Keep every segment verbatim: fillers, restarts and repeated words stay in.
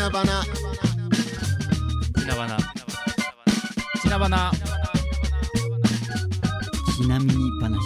なばなちなばなちなばなちなみに話。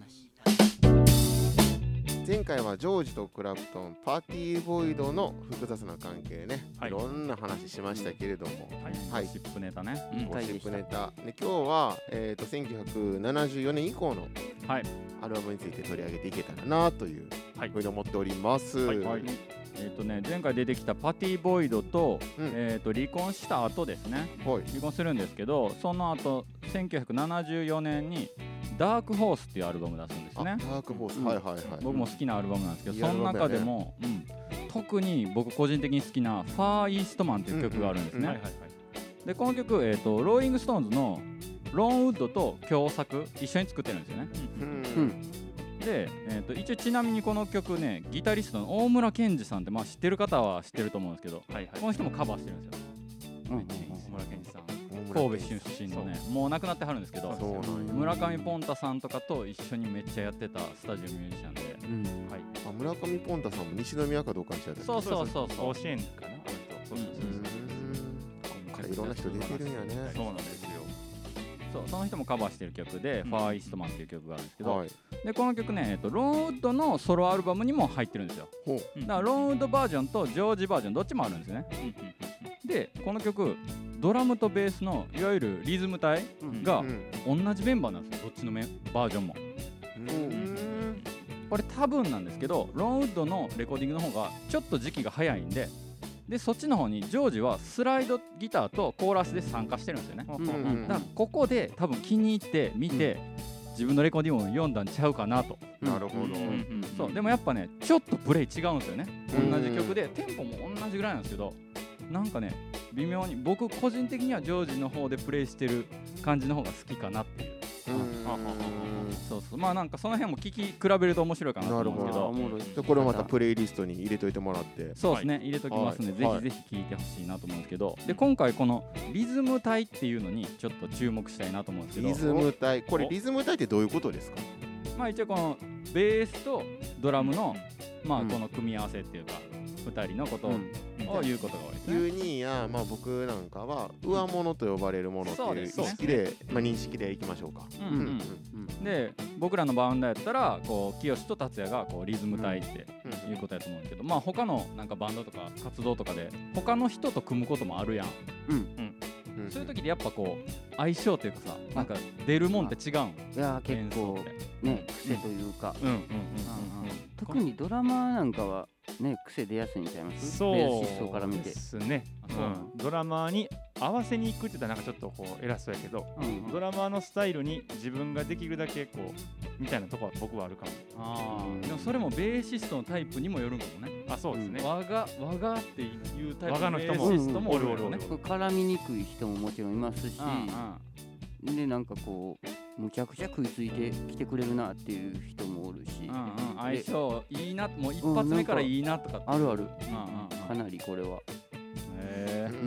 前回はジョージとクラプトンパーティーボイドの複雑な関係ね、 はい、 いろんな話しましたけれども、 はい、ゴシップネタね、 ゴシップネタで今日は、えー、とせんきゅうひゃくななじゅうよねん以降のアルバムについて取り上げていけたらなというふうに思っております。 はいはい、えーとね、前回出てきたパティボイドと、うんえー、と離婚した後ですね、はい、離婚するんですけど、その後せんきゅうひゃくななじゅうよねんにダークホースっていうアルバム出すんですね。 ダークホース、うん、はいはいはい。 僕も好きなアルバムなんですけど、その中でも、うん、特に僕個人的に好きなファーイーストマンっていう曲があるんですね。でこの曲、えーと、ローリングストーンズのローンウッドと共作一緒に作ってるんですよね。うんうんで、えー、と一応ちなみにこの曲ね、ギタリストの大村健二さんって、まあ、知ってる方は知ってると思うんですけど、はいはい、この人もカバーしてるんですよ。うんうん、大村健二さん神戸出身のね、もう亡くなってはるんですけど、村上ポンタさんとかと一緒にめっちゃやってたスタジオミュージシャンで、うんはい、 あ村上ポンタさんも西宮かどうかにしちゃった。 そうそうそうそう、 甲子園かな、あの人。そうそうそう、いろんな人出てるんやね。 そうなんですよ。そうその人もカバーしてる曲で、うん、ファーイーストマンっていう曲があるんですけど、はい、でこの曲ね、えっと、ローンウッドのソロアルバムにも入ってるんですよ。だからローンウッドバージョンとジョージバージョンどっちもあるんですよね。でこの曲ドラムとベースのいわゆるリズム隊が同じメンバーなんですよ、どっちのメバージョンも。うんこれ多分なんですけど、ローンウッドのレコーディングの方がちょっと時期が早いんで、でそっちの方にジョージはスライドギターとコーラスで参加してるんですよね。うんうん、だからここで多分気に入って見て、うん、自分のレコーディングを読んだんちゃうかなと。 なるほど、うんうんうん、そうでもやっぱねちょっとプレイ違うんですよね。同じ曲でテンポも同じぐらいなんですけど、なんかね微妙に僕個人的にはジョージの方でプレイしてる感じの方が好きかなっていう。そうそう、まあなんかその辺も聴き比べると面白いかなと思うんですけど、 なるほど。でこれをまたプレイリストに入れといてもらって。 そうですね、入れときますんで、はい、ぜひぜひ聴いてほしいなと思うんですけど、で今回このリズム隊っていうのにちょっと注目したいなと思うんですけど。 リズム隊、これリズム隊ってどういうことですか？ まあ一応このベースとドラムのまあこの組み合わせっていうか、ふたりのことを言うことが多いですね。 ユニーや、まあ、僕なんかは上物と呼ばれるものっていう意識で、ねまあ、認識でいきましょうか。うんうんうん、で僕らのバウンドやったらこう清と達也がこうリズム隊っていうことやと思うんだけど、まあ他のなんかバンドとか活動とかで他の人と組むこともあるやん。うんうんうん、そういう時でやっぱこう相性というかさ、なんか出るもんって違うん。 いや結構ね癖というか、特にドラマなんかはね癖出やすいんちゃいます？ そうですね、うん、ドラマーに合わせに行くって言ったらなんかちょっとこう偉そうやけど、うんうん、ドラマーのスタイルに自分ができるだけこうみたいなとこは僕はあるかも。 あ、うん、でもそれもベーシストのタイプにもよるんかもね。 あ、そうですね、 和が和がっていうタイプのベーシストもおるよね。 絡みにくい人ももちろんいますし、うんうん、でなんかこうむちゃくちゃ食いついてきてくれるなっていう人もおるし、うんうん、 相性いいな、もう一発目からいいなとか、 あるある、うんうんうん、かなりこれは。 へー、うん、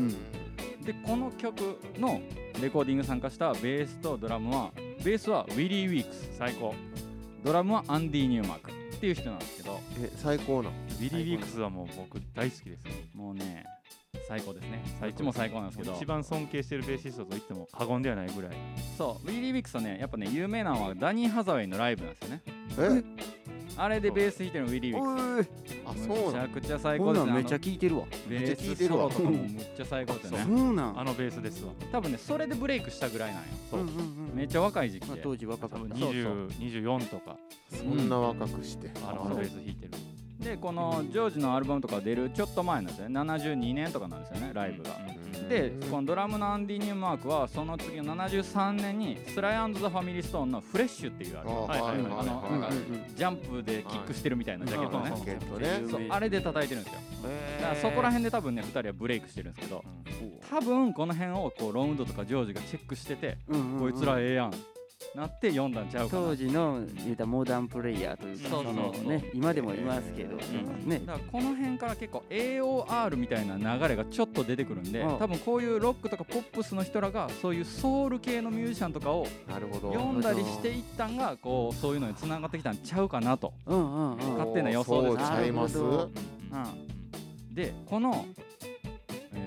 でこの曲のレコーディング参加したベースとドラムは、ベースはウィリー・ウィークス最高、ドラムはアンディ・ニューマークっていう人なんですけど。 え最高な。ウィリー・ウィークスはもう僕大好きです。 もうね最高ですね。どっちも最高なんですけど、 一番尊敬してるベーシストと言っても過言ではないぐらい。 そうウィリー・ウィークスはねやっぱね有名なのはダニー・ハザウェイのライブなんですよね。 えあれでベース弾いてるのウィリー・ウィークス。 あ、そうなん。 めちゃくちゃ最高ですね。 めっちゃ聴いてるわ。 ベースソロとかもめっちゃ最高ですよね。 そうなん。 あのベースですわ。 多分ねそれでブレイクしたぐらいなんよ。そう、うんうんうん、めっちゃ若い時期で、まあ、 当時若かった。 にじゅう、にじゅうよんとかそんな若くして、 うん、あのあのベース弾いてる。 でこのジョージのアルバムとか出るちょっと前なんですよね。ななじゅうにねんとかなんですよねライブが。でこのドラムのアンディ・ニューマークはその次のななじゅうさんねんにスライ&ザ・ファミリー・ストーンのフレッシュっていうアルバム、ジャンプでキックしてるみたいなジャケットね、そうあれで叩いてるんですよ。だからそこら辺で多分ねふたりはブレイクしてるんですけど、多分この辺をこうロンウッドとかジョージがチェックしてて、こいつらええやんなって読んだんちゃうかな。 当時の言うたモダンプレイヤーというか、そのね今でもいますけど、うんね、 だからこの辺から結構 エーオーアール みたいな流れがちょっと出てくるんで、多分こういうロックとかポップスの人らがそういうソウル系のミュージシャンとかを読んだりしていったんがこうそういうのにつながってきたんちゃうかなと、うんうんうん、勝手な予想です。 そうちゃいます、うん、 でこの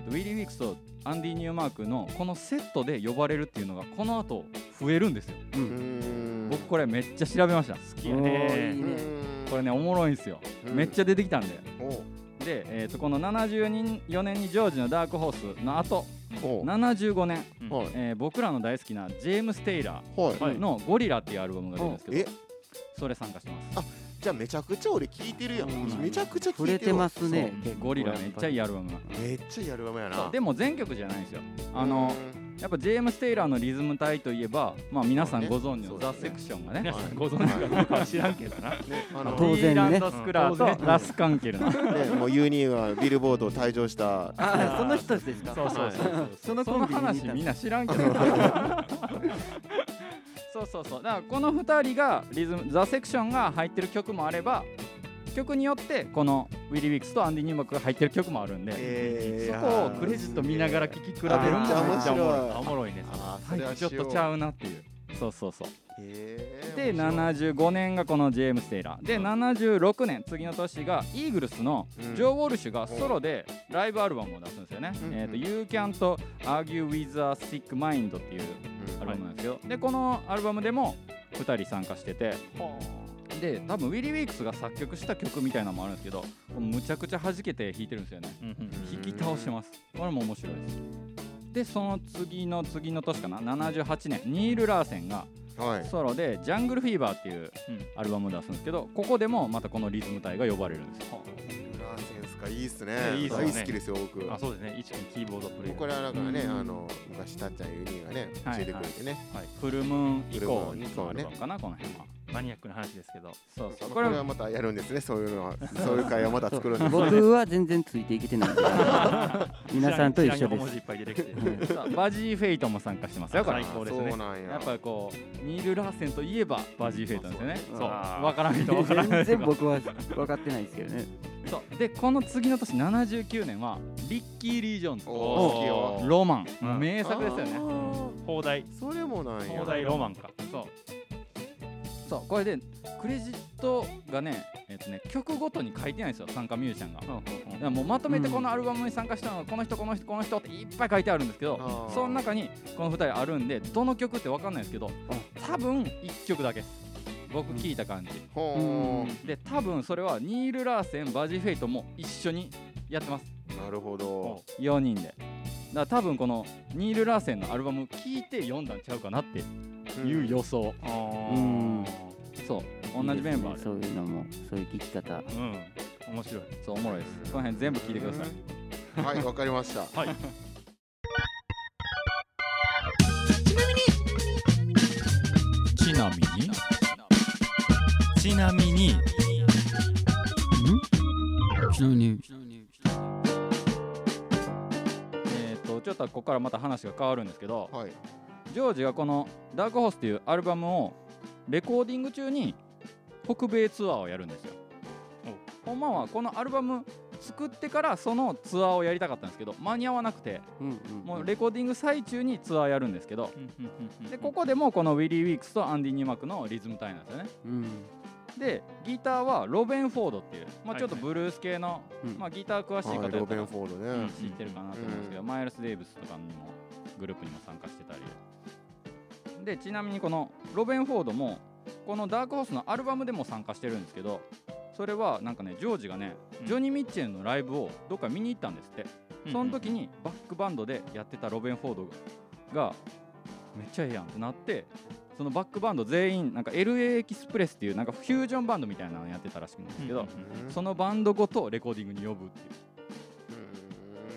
とウィリー・ウィークスとアンディ・ニューマークのこのセットで呼ばれるっていうのがこの後増えるんですよ、うん、僕これめっちゃ調べました。好きやね。 これねおもろいんですよ、うん、めっちゃ出てきたんで。で、えー、とこのななじゅうよねんにジョージのダークホースの後ななじゅうごねん、えー、僕らの大好きなジェームス・テイラーのゴリラっていうアルバムが出るんですけど、それ参加してます。 あ、じゃあめちゃくちゃ俺聞いてるやん、うん、めちゃくちゃ聞いてる。 触れてますね。 ゴリラめっちゃいいアルバム。 めっちゃいいアルバムやな。 でも全曲じゃないんですよ。あのやっぱジェームス・テイラーのリズム隊といえば、まあ、皆さんご存知のザ・セクションがね、皆さんご存知かどうかは知らんけどな、 当然ね、 リーランド・スクラーとラス・カンケルな、 もうユーニーがビルボードを退場した、 あ、その人ですか。 そうそうそう、その話みんな知らんけどそうそうそう、だからこのふたりがリズムザ・セクションが入ってる曲もあれば、曲によってこのウィリー・ウィークスとアンディ・ニューマークが入ってる曲もあるんで、えー、そこをクレジット見ながら聴き比べるのもめっちゃ面白い。おもろいね。はい、ちょっとちゃうなっていう。そうそうそう。えー、でななじゅうごねんがこのジェームス・テイラーで、ななじゅうろくねん次の年がイーグルスのジョー・ウォルシュがソロでライブアルバムを出すんですよね、うん、えーと You Can't Argue with a Sick Mind っていうアルバムなんですけど、でこのアルバムでもふたり参加してて、で多分ウィリー・ウィークスが作曲した曲みたいなのもあるんですけど、むちゃくちゃ弾けて弾いてるんですよね。弾き倒してます。これも面白いです。でその次の次の年かな、ななじゅうはちねんニール・ラーセンがソロでジャングル・フィーバーっていうアルバムを出すんですけど、ここでもまたこのリズム隊が呼ばれるんですよ。 ラーセンスか、いいっすね。いいっすね。大好きですよ僕。 あ、そうですね。一気にキーボードプレイ。 これはだからね、あの昔たっちゃんユニーがね教えてくれてね。 はい。フルムーン以降にのアルバムかな、この辺は。 マニアックな話ですけど、 そうそう、 これはまたやるんですね。そういうのは、そういう会はまた作るんです。 僕は全然ついていけてないんで皆さんと一緒です。 バジー・フェイトも参加してますよ。 最高ですね。 やっぱりこうニール・ラーセンといえばバジー・フェイトですよね。そう、わからん人わからん。 全然僕は分かってないですけどね。 そうで、この次の年ななじゅうきゅうねんはリッキー・リー・ジョーンズロマン、名作ですよね。 放題、 それもなんや。 放題ロマンか。 そうそう、これでクレジットがね、えっとね、曲ごとに書いてないんですよ、参加ミュージシャンが。うんうんうん、もうまとめてこのアルバムに参加したのはこの人この人この人っていっぱい書いてあるんですけど、その中にこのふたりあるんで、どの曲って分かんないですけど、多分いっきょくだけ僕聞いた感じ、うん、で多分それはニール・ラーセン、バジー・フェイトも一緒にやってます。 なるほど。 よにんで、だから多分このニール・ラーセンのアルバム聞いて読んだんちゃうかなっていう予想。うん、そう、同じメンバーで、 そういうのも、そういう聞き方、うん、 面白い。 そう、おもろいです。この辺全部聞いてください。 はい、わかりました。はい。 ちなみにちなみにちなみにえっとちょっとここからまた話が変わるんですけど、はい、ジョージがこのダークホースっていうアルバムをレコーディング中に北米ツアーをやるんですよ。ほんまはこのアルバム作ってからそのツアーをやりたかったんですけど、間に合わなくて、うんうんうん、もうレコーディング最中にツアーやるんですけど、でここでもこのウィリー・ウィークスとアンディ・ニューマークのリズム隊なんですよね。うん、でギターはロベン・フォードっていう、まあ、ちょっとブルース系の、はいはい、まあ、ギター詳しい方だったら、はい、ロベンフォードね、うん、知ってるかなと思うんですけど、うん、マイルス・デイブスとかにもグループにも参加してたりで、ちなみにこのロベン・フォードもこのダークホースのアルバムでも参加してるんですけど、それはなんかね、ジョージがね、ジョニー・ミッチェルのライブをどっか見に行ったんですって、うん、その時にバックバンドでやってたロベン・フォードがめっちゃええやんってなって、そのバックバンド全員なんか エルエー エキスプレスっていうなんかフュージョンバンドみたいなのやってたらしくんですけど、うん、そのバンドごとレコーディングに呼ぶっていう。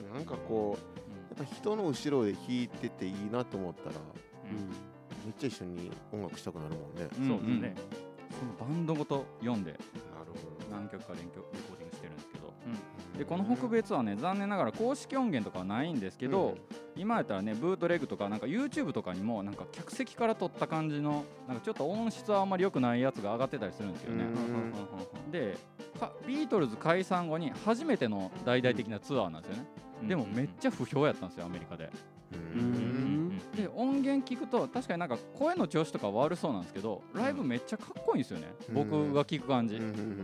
うん、なんかこうやっぱ人の後ろで弾いてていいなと思ったら、うん、めっちゃ一緒に音楽したくなるもんね。 うん、そうですね。そのバンドごと読んで何曲かレコーディングしてるんですけど、うん、でこの北米ツアーね、残念ながら公式音源とかはないんですけど、うん、今やったらね、ブートレグとかなんか YouTube とかにもなんか客席から撮った感じのなんかちょっと音質はあんまり良くないやつが上がってたりするんですよね。でビートルズ解散後に初めての大々的なツアーなんですよね。うん、でもめっちゃ不評やったんですよ、アメリカで。で音源聞くと確かになんか声の調子とか悪そうなんですけど、ライブめっちゃかっこいいんですよね、うん、僕が聞く感じ、うん、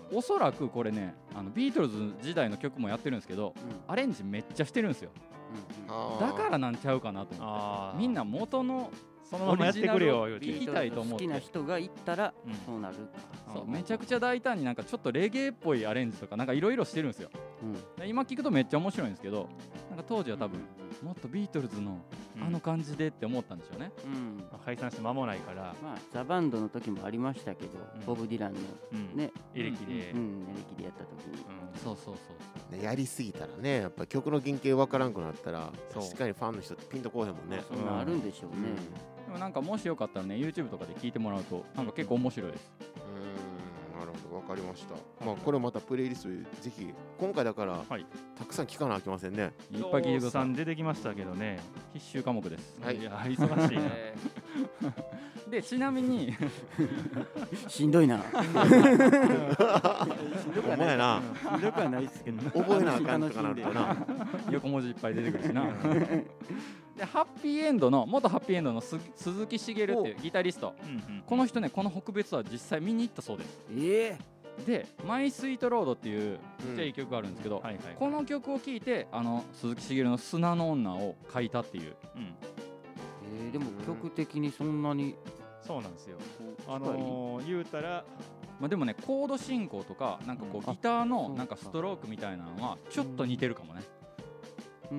おそらくこれねあのビートルズ時代の曲もやってるんですけど、うん、アレンジめっちゃしてるんですよ、うんうん、だからなんちゃうかなと思って、みんな元のそのままやってくれよ言いたいと思って、 好きな人が言ったらそうなるか、 うん、そうめちゃくちゃ大胆になんかちょっとレゲエっぽいアレンジとかなんかいろいろしてるんですよ、うん、今聞くとめっちゃ面白いんですけど、なんか当時は多分もっとビートルズのあの感じでって思ったんでしょうね、うんうんまあ、解散して間もないから、 まあ、ザ・バンドの時もありましたけど、うん、ボブ・ディランの、ねエレキで、 うんうん、エレキでやった時に、 うん、そうそうそうね、やりすぎたらねやっぱ曲の原型わからんくなったら確かにファンの人ってピンとこうへんもんね。 そんなあるんでしょうね、 うん、でもなんかもしよかったらね YouTube とかで聞いてもらうとなんか結構面白いです。 うーん、なるほど、わかりました。まあこれまたプレイリストぜひ今回だから、はい、たくさん聞かなきゃいけませんね。 いっぱい聞いてください。 出てきましたけどね、 必修科目です。 はい、いや忙しいねでちなみにしんどいな。しんどくはないな。 しんどくはないですけど。 覚えなあかんとかなるとな。 横文字いっぱい出てくるしな。でハッピーエンドの元ハッピーエンドの鈴木茂っていうギタリスト、うんうん、この人ねこの北別は実際見に行ったそうです。 えー、でマイスイートロードっていうめっちゃいい曲があるんですけど、うんはいはい、この曲を聴いてあの鈴木茂の砂の女を書いたっていう、うんえー、でも曲的にそんなにそうなんですよ。あのー、言うたら、 まあ、でもねコード進行とかなんかこうギターのなんかストロークみたいなのはちょっと似てるかもね。 うん、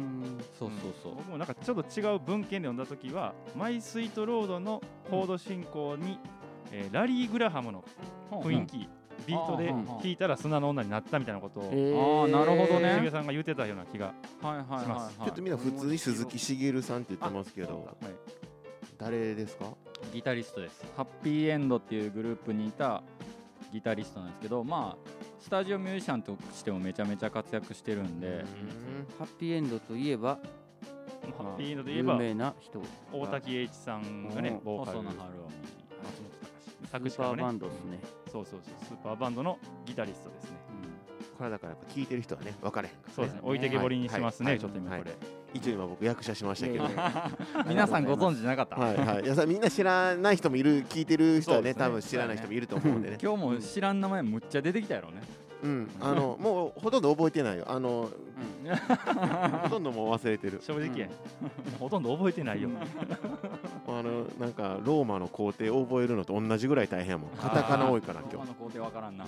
そうそうそう、うん、 僕もなんかちょっと違う文献で読んだ時はマイスイートロードのコード進行に、うんえー、ラリー・グラハムの雰囲気、うん、ビートで弾いたら砂の女になったみたいなことを、 えー、ああなるほどね茂さんが言ってたような気がします、はいはいはいはい、 ちょっとみんな普通に鈴木茂さんって言ってますけど、はい、誰ですか？ ギタリストです。ハッピーエンドっていうグループにいたギタリストなんですけど、まあスタジオミュージシャンとしてもめちゃめちゃ活躍してるんで、うんハッピーエンドといえばハッピーエンドといえば有名な人大滝栄一さんがねボーカル、 細野晴臣、松本隆、スーパーバンドですね。 そうそうそうスーパーバンドのギタリストですね、 うん、これはだからやっぱ聞いてる人はね分からへんから、ね、 そうですね置いてけぼりにしますね、はいはい、ちょっと今これ、はい一応今僕役者しましたけど皆さんご存知なかった、 はいはい、いやみんな知らない人もいる聞いてる人は ね, ね多分知らない人もいると思うんでね今日も知らん名前むっちゃ出てきたやろうね。 うんあのもうほとんど覚えてないよあの、うん、ほとんどもう忘れてる正直、うん、ほとんど覚えてないよあのなんかローマの皇帝覚えるのと同じぐらい大変やもんカタカナ多いから今日ローマの皇帝わからんな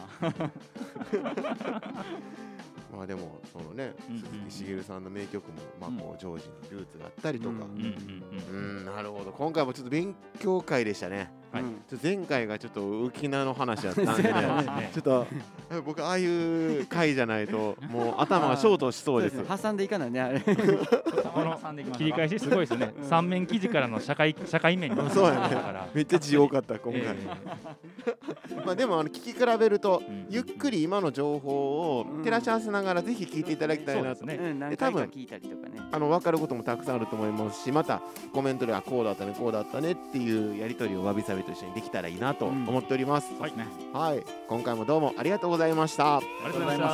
まあでもそのね、うんうん、鈴木茂さんの名曲もまあこうジョージにルーツがあったりとか、うん、うん、なるほど今回もちょっと勉強会でしたね。はい、ちょっと前回がちょっと浮名の話だったんでねちょっと僕ああいう回じゃないともう頭がショートしそうです。 です挟んでいかないねあれこの切り返しすごいですよね、うん、三面記事からの社会社会面にそうやねめっちゃ字多かった今回、えー、まあでもあの聞き比べると、うん、ゆっくり今の情報を照らし合わせながらぜひ聞いていただきたいなと、 うん、そうですね、何回か聞いたりとかねあの分かることもたくさんあると思いますしまたコメントではこうだったねこうだったねっていうやり取りをわびさびと一緒にできたらいいなと思っております、うんはいはい、今回もどうもありがとうございました。 ありがとうございました。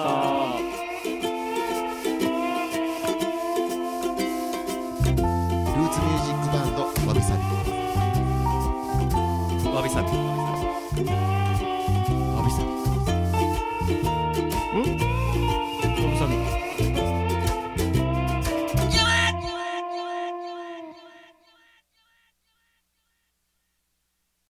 ルーツミュージックバンドわびさびわびさび